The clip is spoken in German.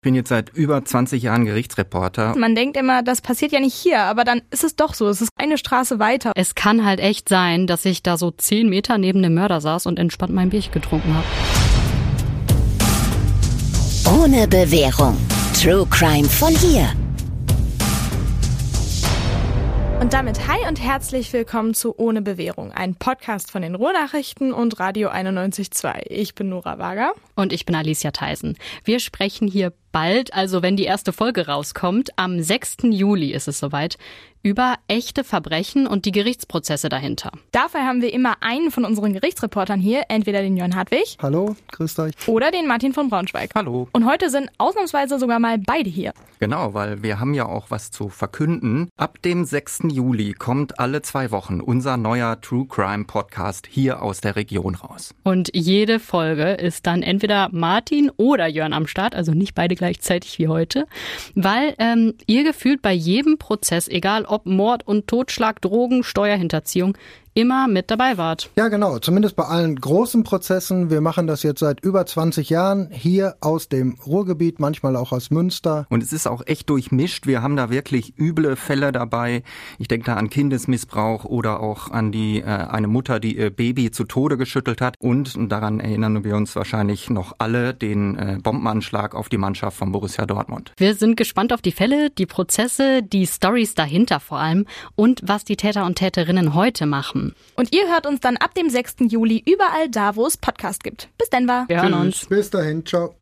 Ich bin jetzt seit über 20 Jahren Gerichtsreporter. Man denkt immer, das passiert ja nicht hier, aber dann ist es doch so. Es ist eine Straße weiter. Es kann halt echt sein, dass ich da so 10 Meter neben dem Mörder saß und entspannt mein Bierchen getrunken habe. Ohne Bewährung. True Crime von hier. Und damit hi und herzlich willkommen zu Ohne Bewährung, ein Podcast von den Ruhrnachrichten und Radio 91.2. Ich bin Nora Wager. Und ich bin Alicia Theisen. Wir sprechen hier bald, also wenn die erste Folge rauskommt, am 6. Juli ist es soweit, über echte Verbrechen und die Gerichtsprozesse dahinter. Dafür haben wir immer einen von unseren Gerichtsreportern hier, entweder den Jörn Hartwig. Hallo, grüßt euch. Oder den Martin von Braunschweig. Hallo. Und heute sind ausnahmsweise sogar mal beide hier. Genau, weil wir haben ja auch was zu verkünden. Ab dem 6. Juli kommt alle 2 Wochen unser neuer True Crime Podcast hier aus der Region raus. Und jede Folge ist dann entweder Martin oder Jörn am Start, also nicht beide gleichzeitig wie heute, weil ihr gefühlt bei jedem Prozess, egal ob Mord und Totschlag, Drogen, Steuerhinterziehung, immer mit dabei wart. Ja, genau. Zumindest bei allen großen Prozessen. Wir machen das jetzt seit über 20 Jahren hier aus dem Ruhrgebiet, manchmal auch aus Münster. Und es ist auch echt durchmischt. Wir haben da wirklich üble Fälle dabei. Ich denke da an Kindesmissbrauch oder auch an eine Mutter, die ihr Baby zu Tode geschüttelt hat. Und daran erinnern wir uns wahrscheinlich noch alle, den Bombenanschlag auf die Mannschaft von Borussia Dortmund. Wir sind gespannt auf die Fälle, die Prozesse, die Storys dahinter vor allem und was die Täter und Täterinnen heute machen. Und ihr hört uns dann ab dem 6. Juli überall da, wo es Podcast gibt. Bis dann. Wir hören uns. Bis dahin, ciao.